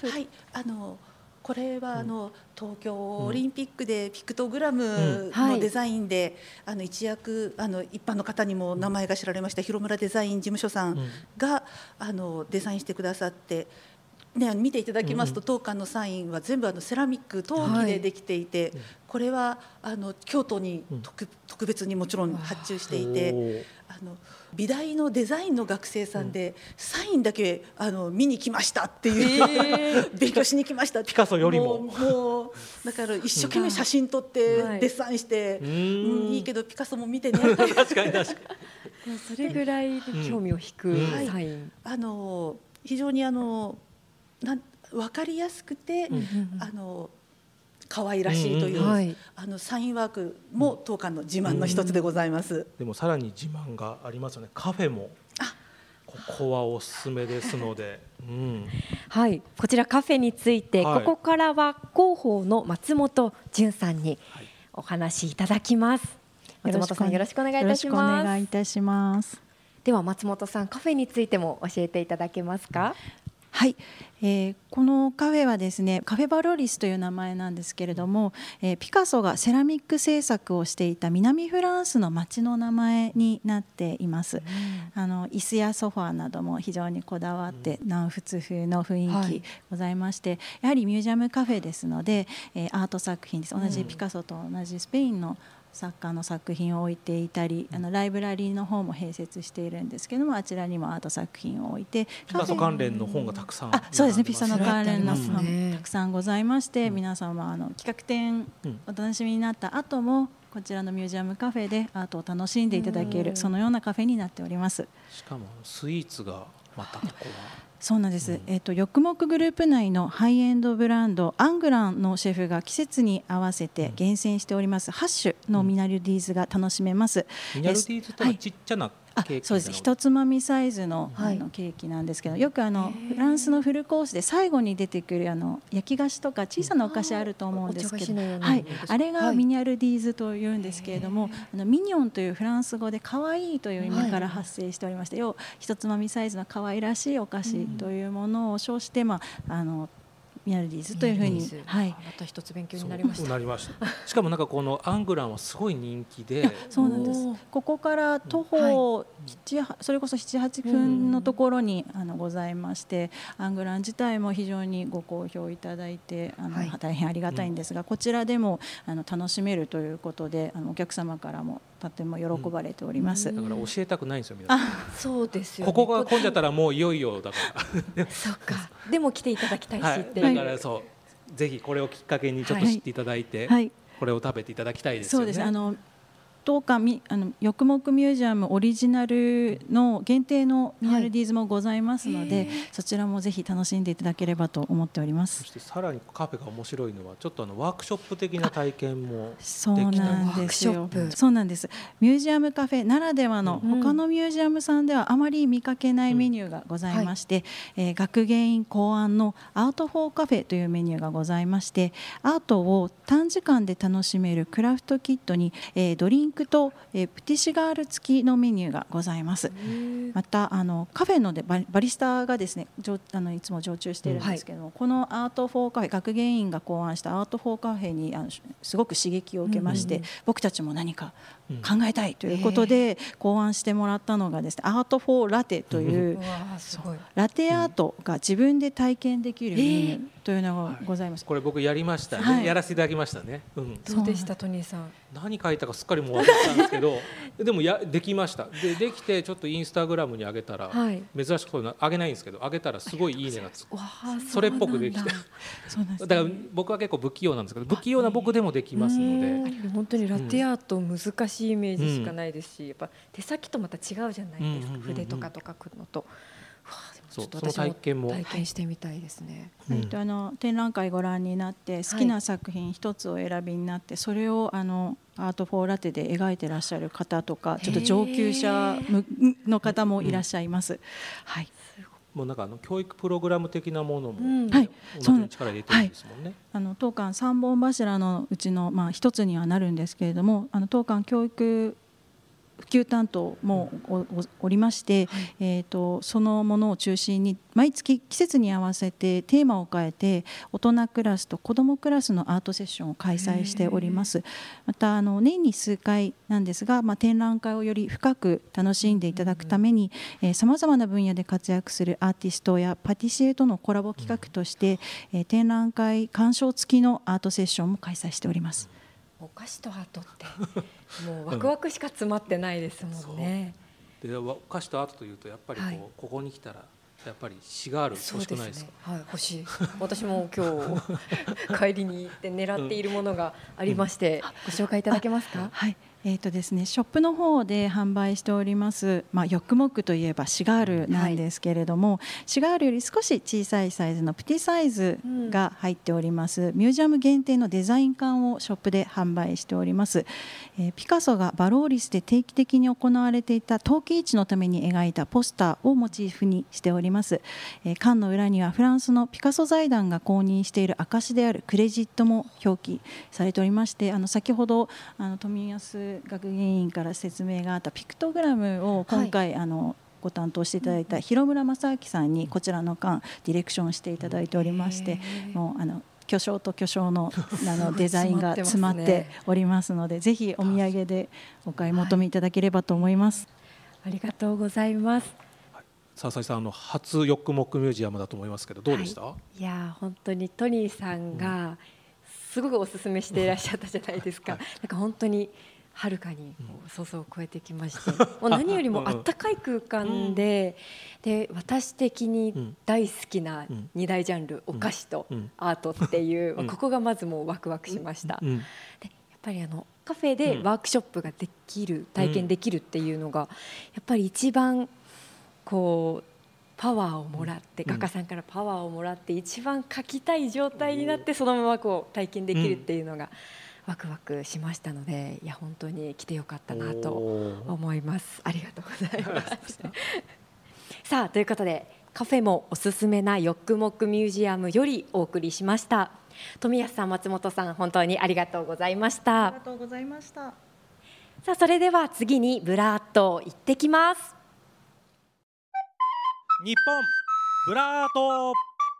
はい、これは東京オリンピックでピクトグラムのデザインで一躍一般の方にも名前が知られました広村デザイン事務所さんがデザインしてくださって。見ていただきますと、当館のサインは全部セラミック陶器でできていて、これは京都に特別にもちろん発注していて、美大のデザインの学生さんでサインだけ見に来ましたっていう、勉強しに来ましたって、 ピカソよりももうだから一生懸命写真撮ってデッサンして、いいけどピカソも見てね確かに確かにそれぐらい興味を引くサイン、 非常に分かりやすくて可愛らしいという、サインワークも当館の自慢の一つでございます。 でもさらに自慢がありますよね。カフェもここはおすすめですので、 はい、こちらカフェについて、ここからは広報の松本純さんにお話しいただきます。松本さん、よろしくお願いいたします。 よろしくお願いいたします。 では松本さん、カフェについても教えていただけますか？ はい、このカフェはですね、カフェバロリスという名前なんですけれども、ピカソがセラミック制作をしていた南フランスの町の名前になっています。椅子やソファーなども非常にこだわって南仏風の雰囲気ございまして、やはりミュージアムカフェですので、アート作品です。同じピカソと同じスペインの作家の作品を置いていたり、ライブラリーの方も併設しているんですけども、あちらにもアート作品を置いて、 ピカソ関連の本がたくさん、 そうですね、ピカソの関連の本たくさんございまして、皆様企画展お楽しみになった後もこちらのミュージアムカフェでアートを楽しんでいただける、そのようなカフェになっております。 しかもスイーツがまたここはそうなんです、ヨクモクグループ内のハイエンドブランドアングランのシェフが季節に合わせて厳選しております8種のミナルディーズが楽しめます。 ミナルディーズとはちっちゃなケーキ、 そうです、一つまみサイズの、ケーキなんですけど、よくフランスのフルコースで最後に出てくる焼き菓子とか小さなお菓子あると思うんですけど、あれがミニャルディーズというんですけれども、ミニョンというフランス語で可愛いという意味から発生しておりまして、一つまみサイズの可愛らしいお菓子というものを称して、ミナルディーズというふうに、 また一つ勉強になりました。 しかもなんかこのアングランはすごい人気で、 そうなんです。ここから徒歩それこそ 7,8 分のところにございまして、アングラン自体も非常にご好評いただいて大変ありがたいんですが、こちらでも楽しめるということでお客様からもとても喜ばれております。 だから教えたくないんですよ、皆さん。 そうですよね。 ここが混んじゃったらもういよいよだからそうか。でも来ていただきたいしっていう、 だからそうぜひこれをきっかけにちょっと知っていただいて、これを食べていただきたいですよね。 そうです。当館ヨクモクミュージアムオリジナルの限定のミナルディーズもございますので、そちらもぜひ楽しんでいただければと思っております。 そしてさらにカフェが面白いのはちょっとワークショップ的な体験もできたり。 そうなんですよ。そうなんです。ミュージアムカフェならではの他のミュージアムさんではあまり見かけないメニューがございまして、学芸員考案のアートフォーカフェというメニューがございまして、アートを短時間で楽しめるクラフトキットにドリンクとプティシガール付きのメニューがございます。またカフェのでバリスタがですねいつも常駐しているんですけども、このアートフォーカフェ、学芸員が考案したアートフォーカフェにすごく刺激を受けまして、僕たちも何か考えたいということで考案してもらったのがですね、アートフォーラテという、ラテアートが自分で体験できるメニューというのがございます。 これ僕やりましたね、やらせていただきましたね。 どうでしたトニーさん？ 何書いたかすっかりもう忘れたんですけどでもできました。できてちょっとインスタグラムに上げたら、珍しくそういうの上げないんですけど、上げたらすごいいいねがつく。それっぽくできてだから僕は結構不器用なんですけど、不器用な僕でもできますので。 本当にラテアート難しいイメージしかないですし、やっぱ手先とまた違うじゃないですか、筆とかと書くのと。ちょっと私も体験してみたいですね。 展覧会ご覧になって好きな作品一つを選びになって、それをアートフォーラテで描いてらっしゃる方とか、ちょっと上級者の方もいらっしゃいます。 もうなんか教育プログラム的なものも同じに力入れてるんですもんね。 当館3本柱のうちの一つにはなるんですけれども、当館教育普及担当も おりまして、そのものを中心に毎月季節に合わせてテーマを変えて大人クラスと子どもクラスのアートセッションを開催しております。また年に数回なんですが、展覧会をより深く楽しんでいただくためにさまざまな分野で活躍するアーティストやパティシエとのコラボ企画として、展覧会鑑賞付きのアートセッションも開催しております。 お菓子とアートってもうワクワクしか詰まってないですもんね。 でお菓子とアートというとやっぱりここに来たらやっぱりシガール欲しくないですか？ 欲しい。私も今日帰りに行って狙っているものがありまして、ご紹介いただけますか？ ですね、ショップの方で販売しております、ヨックモックといえばシガールなんですけれども、シガールより少し小さいサイズのプティサイズが入っております、ミュージアム限定のデザイン缶をショップで販売しております。ピカソがバローリスで定期的に行われていた陶器市のために描いたポスターをモチーフにしております。缶の裏にはフランスのピカソ財団が公認している証であるクレジットも表記されておりまして、先ほど富安学芸員から説明があったピクトグラムを今回、ご担当していただいた広村正明さんにこちらの缶ディレクションしていただいておりまして、もう巨匠と巨匠のデザインが詰まっておりますのでぜひお土産でお買い求めいただければと思います。 ありがとうございます。 佐々木さん初ヨックモックミュージアムだと思いますけどどうでした？ いや本当にトニーさんがすごくお勧めしていらっしゃったじゃないですか。なんか本当に遥かに想像を超えてきまして、もう何よりもあったかい空間で、私的に大好きな2大ジャンル、お菓子とアートっていう、ここがまずもうワクワクしました。でやっぱりカフェでワークショップができる、体験できるっていうのがやっぱり一番こうパワーをもらって、画家さんからパワーをもらって一番描きたい状態になってそのままこう体験できるっていうのがワクワクしましたので、いや本当に来てよかったなと思います。ありがとうございますさあということでカフェもおすすめなヨックモックミュージアムよりお送りしました。富安さん、松本さん、本当にありがとうございました。 ありがとうございました。 さあそれでは次にブラーっと行ってきます。 日本ブラート。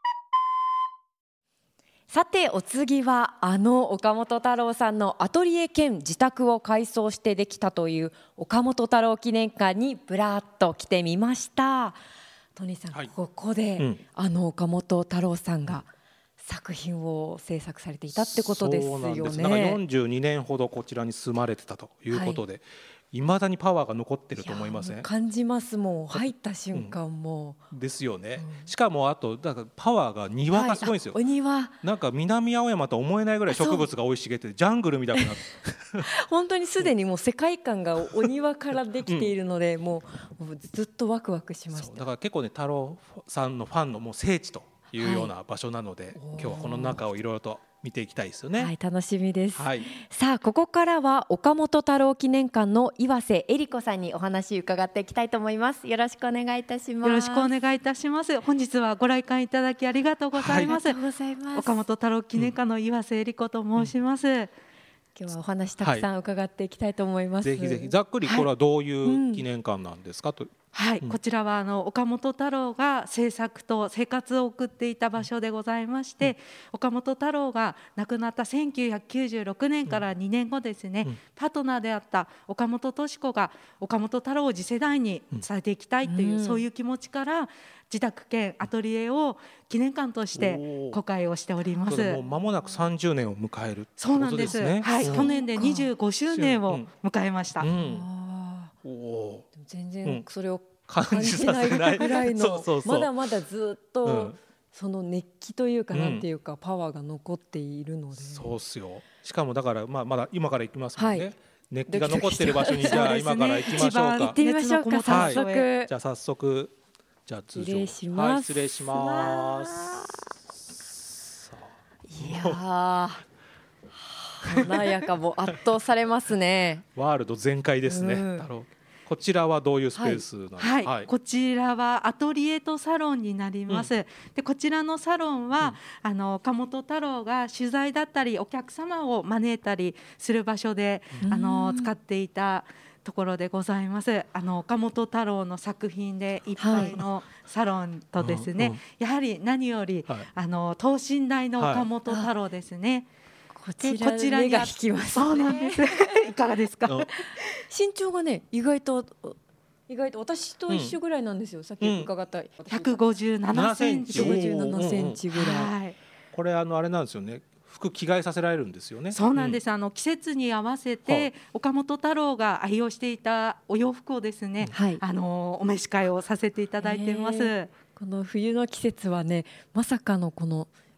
さてお次は岡本太郎さんのアトリエ兼自宅を改装してできたという岡本太郎記念館にブラーっと来てみました。トニーさん、ここで、岡本太郎さんが作品を制作されていたってことですよね。 そうなんです。なんか42年ほどこちらに住まれてたということで、未だにパワーが残ってると思いません？ 感じます。もう入った瞬間もですよね。しかもあとだからパワーが庭がすごいんですよ。 お庭なんか南青山とは思えないぐらい植物が生い茂ってジャングルみたいになって本当にすでにもう世界観がお庭からできているので、もうずっとワクワクしました。 だから結構ね、太郎さんのファンのもう聖地というような場所なので、今日はこの中をいろいろと見ていきたいですよね。 楽しみです。さあここからは岡本太郎記念館の岩瀬恵里子さんにお話伺っていきたいと思います。よろしくお願いいたします。 よろしくお願いいたします。本日はご来館いただきありがとうございます。岡本太郎記念館の岩瀬恵里子と申します。 今日はお話たくさん伺っていきたいと思います。 ぜひぜひざっくりこれはどういう記念館なんですかと。 こちらは岡本太郎が制作と生活を送っていた場所でございまして、岡本太郎が亡くなった1996年から2年後ですね、パートナーであった岡本敏子が岡本太郎を次世代に伝えていきたいという、そういう気持ちから自宅兼アトリエを記念館として公開をしております。 もう間もなく30年を迎える、 そうなんです。去年で25周年を迎えました。 全然それを感じないぐらいのまだまだずっとその熱気というかなんていうかパワーが残っているので。 そうっすよ。しかもだからまだ今から行きますもんね。熱気が残っている場所にじゃあ今から行きましょうか。 行ってみましょうか。早速。 じゃあ早速じゃあ通常。 失礼します。 失礼します。 いや華やかも圧倒されますね。 ワールド全開ですね。太郎。こちらはどういうスペースなんですか？ こちらはアトリエとサロンになります。でこちらのサロンは、岡本太郎が取材だったりお客様を招いたりする場所で使っていたところでございます。岡本太郎の作品でいっぱいのサロンとですね、やはり何より、等身大の岡本太郎ですね。 こちら目が引きますね。 そうなんです。いかがですか？ 身長がね意外と私と一緒ぐらいなんですよ。さっき伺った 157センチ。 157センチぐらい。 これあれなんですよね。服着替えさせられるんですよね。 そうなんです。季節に合わせて岡本太郎が愛用していたお洋服をですね、お召し替えをさせていただいています。 この冬の季節はね、まさかのこの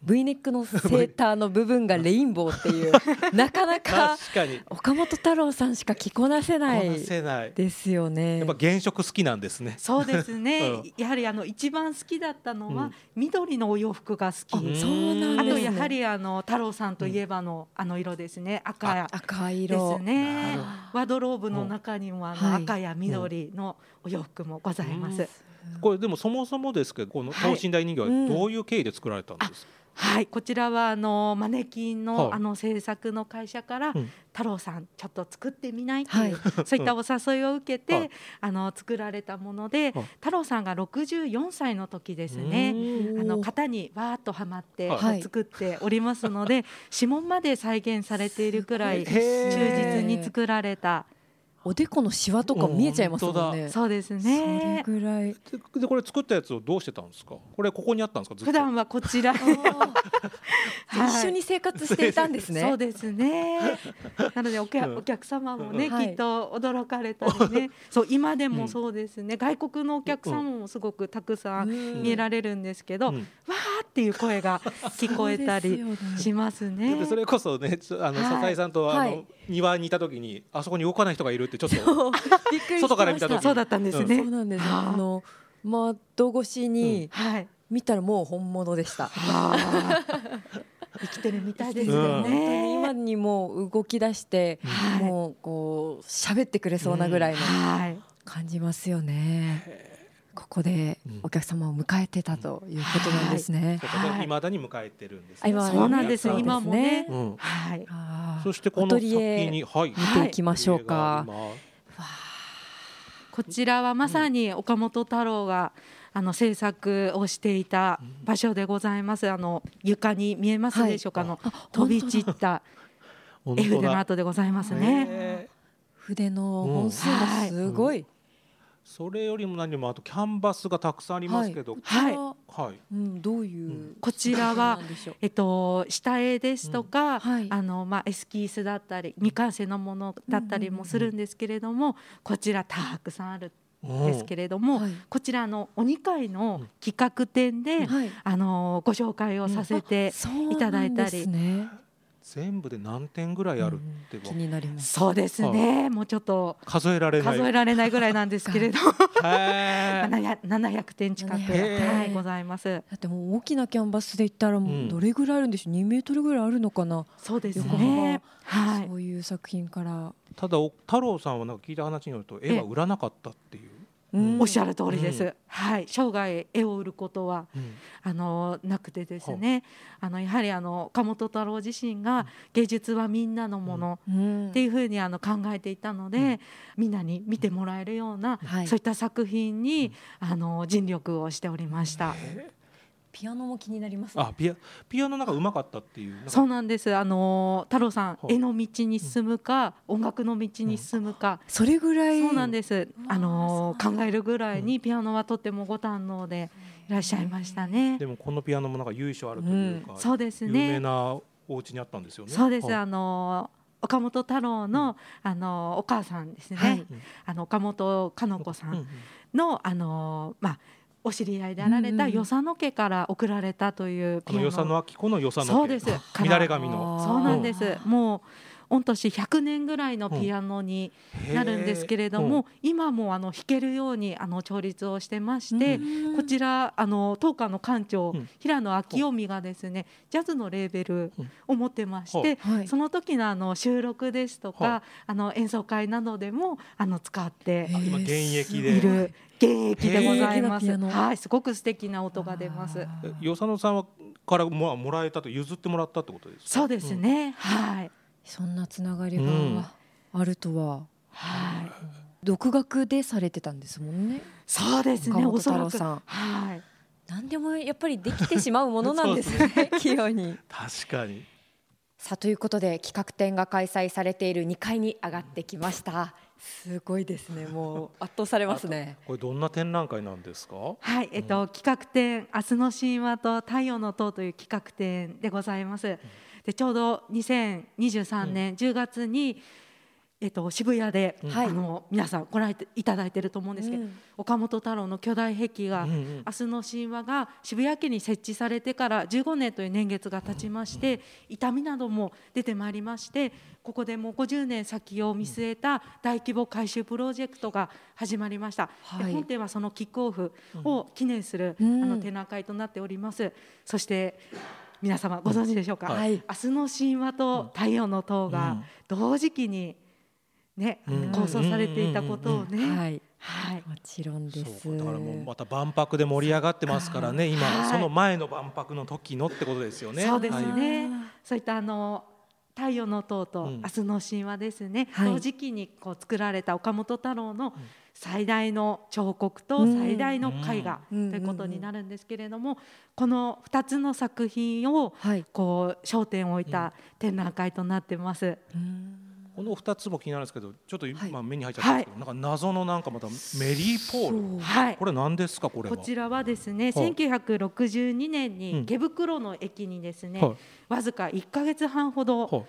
V ネックのセーターの部分がレインボーっていうなかなか岡本太郎さんしか着こなせないですよね。 やっぱ原色好きなんですね。 そうですね、やはり一番好きだったのは緑のお洋服が好き、 そうなんですね。 あとやはり太郎さんといえばの色ですね、赤色ですね。ワードローブの中にも赤や緑のお洋服もございます。 これでもそもそもですけど、この等身大人形はどういう経緯で作られたんですか？ はい、こちらはマネキンの制作の会社から太郎さんちょっと作ってみないっていう、そういったお誘いを受けて作られたもので、太郎さんが64歳の時ですね、型にわーっとはまって作っておりますので、指紋まで再現されているくらい忠実に作られた。 おでこのシワとか見えちゃいますもんね。 そうですね。 それぐらいでこれ作ったやつをどうしてたんですか？これここにあったんですか？ずっと普段はこちら一緒に生活していたんですね。 そうですね。なのでお客様もね、きっと驚かれたりね、そう今でもそうですね、外国のお客様もすごくたくさん見られるんですけど、わーっていう声が聞こえたりしますね。 でそれこそね、笹井さんと庭にいた時に、あそこに動かない人がいるってちょっと外から見た時、 そうだったんですね。 そうなんです。窓越しに見たらもう本物でした。 生きてるみたいですよね。 今にも動き出して、もうこう喋ってくれそうなぐらいの感じますよね。ここでお客様を迎えてたということなんですね。 未だに迎えてるんですね。 そうなんです。今もね。 そしてこの先に見ていきましょうか。 こちらはまさに岡本太郎が制作をしていた場所でございます。床に見えますでしょうか、飛び散った絵筆の跡でございますね。 筆の本数もすごい。 それよりも何もあとキャンバスがたくさんありますけど、 どういう、 こちらは下絵ですとか、エスキースだったり未完成のものだったりもするんですけれども、こちらたくさんあるんですけれども、こちらお2回の企画展でご紹介をさせていただいたり。 全部で何点ぐらいあるって気になります。 そうですね、もうちょっと数えられないぐらいなんですけれど700点近くございます。 だってもう大きなキャンバスで言ったらどれぐらいあるんでしょう、2メートルぐらいあるのかな。 そうですね、 そういう作品から。 ただ太郎さんはなんか聞いた話によると絵は売らなかったっていう。 おっしゃる通りです。生涯絵を売ることはなくてですね、やはり岡本太郎自身が芸術はみんなのものっていうふうに考えていたので、みんなに見てもらえるようなそういった作品に尽力をしておりました。 ピアノも気になりますね。 ピアノなんか上手かったっていう。 そうなんです。太郎さん絵の道に進むか音楽の道に進むか、 それぐらい。 そうなんです。考えるぐらいにピアノはとてもご堪能でいらっしゃいましたね。 でもこのピアノもなんか由緒あるというか、 そうですね、 有名なお家にあったんですよね。 そうです。岡本太郎のお母さんですね、岡本かの子さんのお知り合いであられた与謝野家から贈られたというピアノ。 与謝野明子の与謝野家。 そうです。 乱れ髪の。 そうなんです。もう御年100年ぐらいのピアノになるんですけれども、今も弾けるように調律をしてまして、こちら当館の館長平野昭臣がですねジャズのレーベルを持ってまして、その時の収録ですとか演奏会などでも使って今現役でいる現役でございます。すごく素敵な音が出ます。 与謝野さんはからもらえたと、譲ってもらったってことですか？ そうですね。 そんなつながりがあるとは。独学でされてたんですもんね。 そうですね。 岡本太郎さん。何でもやっぱりできてしまうものなんですね。器用に。 確かに。 さあということで企画展が開催されている2階に上がってきました。すごいですね。もう圧倒されますね。 これどんな展覧会なんですか？ 企画展明日の神話と太陽の塔という企画展でございます。でちょうど2023年10月に渋谷で、皆さんご覧いただいていると思うんですけど、岡本太郎の巨大壁画、明日の神話が渋谷駅に設置されてから15年という年月が経ちまして、痛みなども出てまいりまして、ここでもう50年先を見据えた大規模改修プロジェクトが始まりました。本店はそのキックオフを記念する展覧会となっております。そして皆様ご存知でしょうか、明日の神話と太陽の塔が同時期に構想されていたことをね、 もちろんです。 だからもうまた万博で盛り上がってますからね、今その前の万博の時のってことですよね。 そうですね、そういった太陽の塔と明日の神話ですね、同時期に作られた岡本太郎の最大の彫刻と最大の絵画ということになるんですけれども、この2つの作品を焦点を置いた展覧会となってます。 この2つも気になるんですけど、ちょっと今目に入っちゃったんですけど、なんか謎のなんかまたメリーポール、これ何ですか？これはこちらはですね、1962年に池袋の駅にですね、わずか1ヶ月半ほど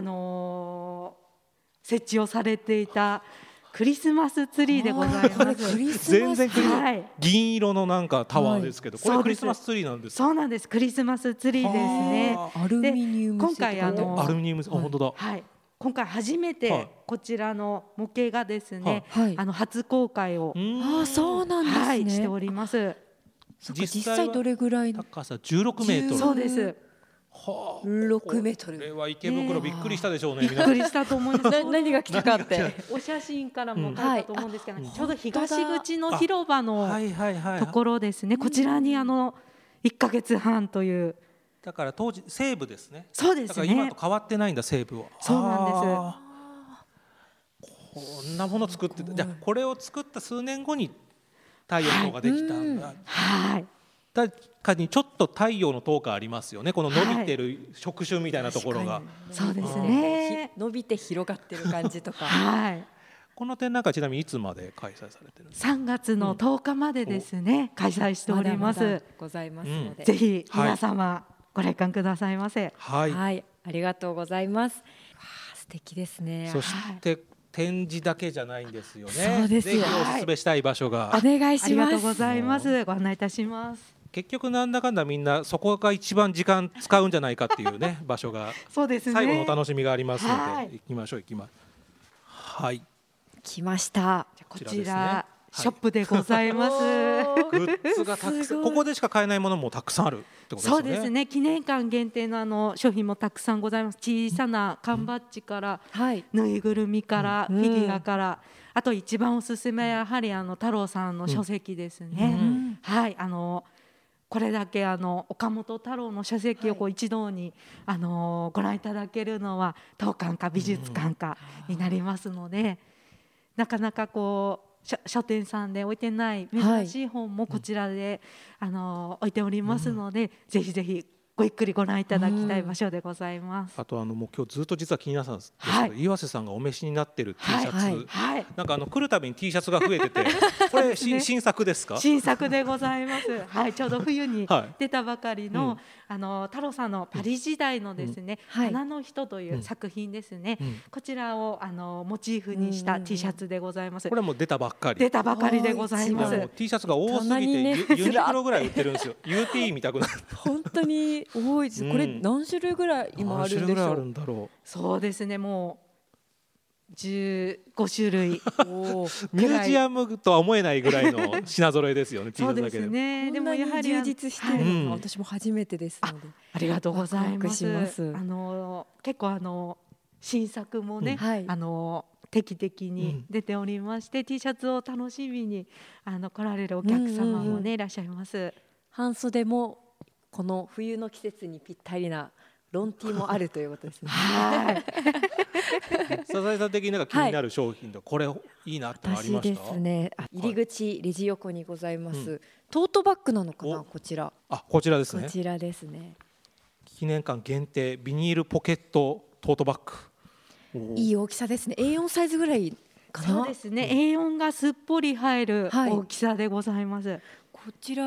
設置をされていたクリスマスツリーでございます。 全然銀色のなんかタワーですけど、これクリスマスツリーなんですか？ そうなんです、クリスマスツリーですね。 アルミニウム今回アルミニウム、本当だ。 今回初めてこちらの模型がですね、初公開をそうなんですね、 しております。 実際どれぐらいの高さ16メートル。 そうです。 6メートル。 これは池袋びっくりしたでしょうね。 びっくりしたと思います。 何が来たかって。 お写真からも書いたと思うんですけど、ちょうど東口の広場のところですね。こちらに1ヶ月半という。 だから当時西部ですね。 そうですね。 だから今と変わってないんだ、西部は。 そうなんです。こんなもの作って、じゃあこれを作った数年後に太陽の塔ができたんだ。確かにちょっと太陽の塔がありますよね。この伸びてる触手みたいなところが。 そうですね。 伸びて広がってる感じとか。 この展覧会ちなみにいつまで開催されてるんですか ？3月の10日までですね、開催しております。 ございますので、 ぜひ皆様ご来館くださいませ。 はい、ありがとうございます。素敵ですね。 そして展示だけじゃないんですよね。 そうですよ。 ぜひお勧めしたい場所が。 お願いします。 ありがとうございます。ご案内いたします。 結局なんだかんだみんなそこが一番時間使うんじゃないかっていうね場所が。 そうですね。 最後のお楽しみがありますので、行きましょう。はい。 来ました。 こちらショップでございます。 グッズがたくさん、ここでしか買えないものもたくさんあるってことですね。 そうですね。記念館限定の商品もたくさんございます。小さな缶バッジから、ぬいぐるみから、フィギュアから、あと一番おすすめはやはり太郎さんの書籍ですね。はい、これだけ岡本太郎の書籍を一堂にご覧いただけるのは当館か美術館かになりますので、なかなか書店さんで置いてない珍しい本もこちらで、置いておりますので、ぜひぜひごゆっくりご覧いただきたい場所でございます。 あともう今日ずっと実は気になったんですけど、岩瀬さんがお召しになってる T シャツ、なんか来るたびに T シャツが増えてて、これ新作ですか？ 新作でございます。はい、ちょうど冬に出たばかりの太郎さんのパリ時代のですね、花の人という作品ですね。こちらをモチーフにした T シャツでございます。 これも出たばっかり。 出たばかりでございます。 T シャツが多すぎてユニクロぐらい売ってるんですよ。UT 見たくなる。 本当に多いです。これ何種類ぐらい今あるんでしょう？ そうですね、もう15種類。 ミュージアムとは思えないぐらいの品揃えですよね。 そうですね。 でもやはり充実してるのは私も初めてですので、 ありがとうございます。結構新作もね、定期的に出ておりまして、T シャツを楽しみに来られるお客様もねいらっしゃいます。 半袖もこの冬の季節にぴったりなロンティーもあるということですね。 サザエさん的に気になる商品でこれいいなってありました？ 私ですね、入り口レジ横にございます、トートバッグなのかな、こちら。 こちらですね。 こちらですね。 記念館限定ビニールポケットトートバッグ。 いい大きさですね。A4 サイズぐらいかな。 そうですね。A4 がすっぽり入る大きさでございます。 こちら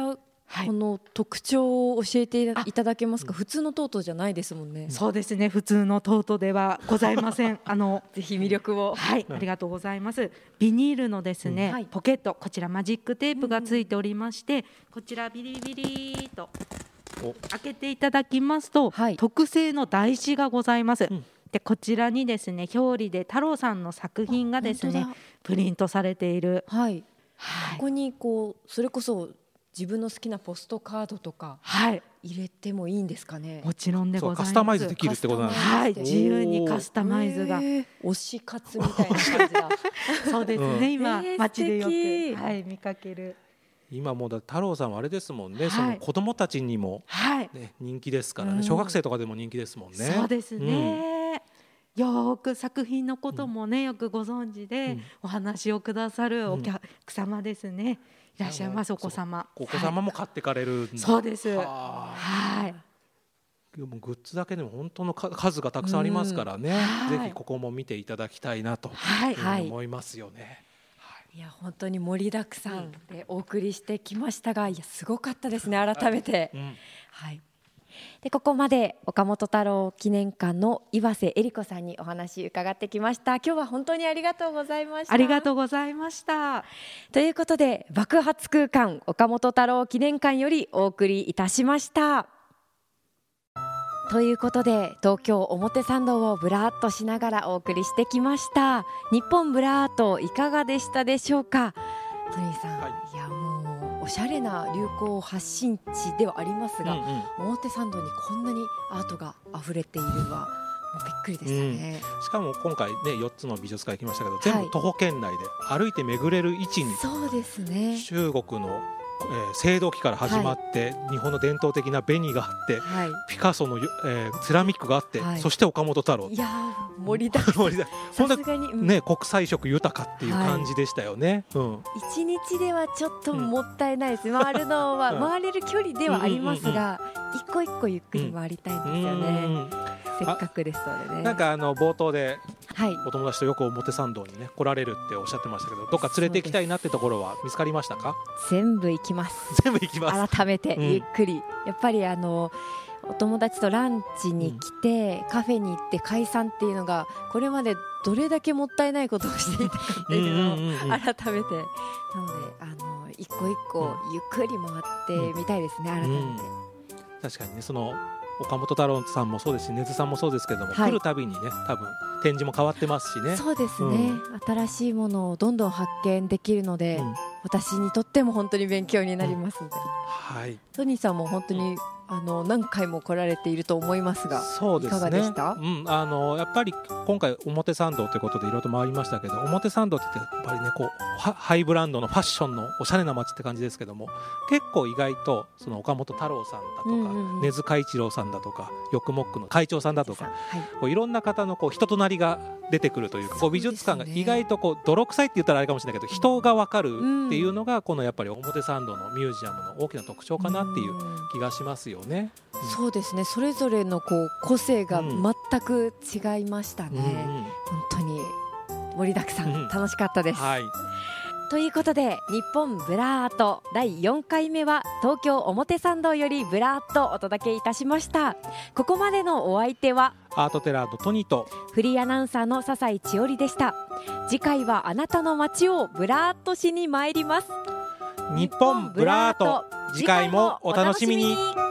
この特徴を教えていただけますか。普通のトートじゃないですもんね。 そうですね、普通のトートではございません。 ぜひ魅力を。 はい、ありがとうございます。ビニールのですね、ポケット、こちらマジックテープがついておりまして、こちらビリビリと開けていただきますと、特製の台紙がございます。でこちらにですね、表裏で太郎さんの作品がですねプリントされている。 ここにそれこそ自分の好きなポストカードとか入れてもいいんですかね。 もちろんでございます。 カスタマイズできるってことなんですね。自由にカスタマイズが、 推し活みたいな感じだ。 そうですね、今街でよく、見かける。 今もう太郎さんはあれですもんね、その子供たちにも、人気ですからね、小学生とかでも人気ですもんね。 そうですね、よく作品のこともね、よくご存知で、お話をくださるお客様ですね。いらっしゃいます。お子様も買ってかれるんだ。 そうです。グッズだけでも本当の数がたくさんありますからね、ぜひここも見ていただきたいなと思いますよね。 いや本当に盛りだくさんでお送りしてきましたが、いやすごかったですね、改めて。でここまで岡本太郎記念館の岩瀬恵理子さんにお話伺ってきました。今日は本当にありがとうございました。 ありがとうございました。 ということで、爆発空間岡本太郎記念館よりお送りいたしました。ということで、東京表参道をブラーっとしながらお送りしてきました。日本ブラーっといかがでしたでしょうか。トニーさん、いやもうおしゃれな流行発信地ではありますが、表参道にこんなにアートが溢れているのはもうびっくりでしたね。 しかも今回ね、4つの美術館行きましたけど、全部徒歩圏内で歩いて巡れる位置に。 そうですね、 中国の青銅器から始まって、日本の伝統的な紅があって、ピカソのセラミックがあって、そして岡本太郎。 いや盛りだくさん、さすがにね、国際色豊かっていう感じでしたよね。 一日ではちょっともったいないです。回るのは回れる距離ではありますが、一個一個ゆっくり回りたいんですよね。せっかくですのでね。 なんか冒頭でお友達とよく表参道にね来られるっておっしゃってましたけど、どっか連れて行きたいなってところは見つかりましたか？ 全部行きます。 全部行きます。 改めてゆっくり、やっぱりお友達とランチに来て、カフェに行って解散っていうのがこれまでどれだけもったいないことをしていたかっていうのを改めて、なので一個一個ゆっくり回ってみたいですね、改めて。 確かにね、その岡本太郎さんもそうですし、根津さんもそうですけども、来るたびにね、多分展示も変わってますしね。 そうですね、新しいものをどんどん発見できるので、私にとっても本当に勉強になりますので、トニーさんも本当に何回も来られていると思いますが、いかがでした？ やっぱり今回表参道ということでいろいろと回りましたけど、表参道ってやっぱりね、こうハイブランドのファッションのおしゃれな街って感じですけども、結構意外とその岡本太郎さんだとか、根津嘉一郎さんだとか、ヨックモックの会長さんだとか、こういろんな方のこう人となりが出てくるというか、こう美術館が意外とこう泥臭いって言ったらあれかもしれないけど、人が分かるっていうのがこのやっぱり表参道のミュージアムの大きな特徴かなっていう気がしますよね。 そうですね、それぞれのこう個性が全く違いましたね。本当に盛りだくさん、楽しかったです。ということで、日本ブラーっと第4回目は東京表参道よりブラーっとお届けいたしました。ここまでのお相手はアートテラーのトニーとフリーアナウンサーの笹井千織でした。次回はあなたの街をブラーっとしに参ります。 日本ブラーっと、次回もお楽しみに。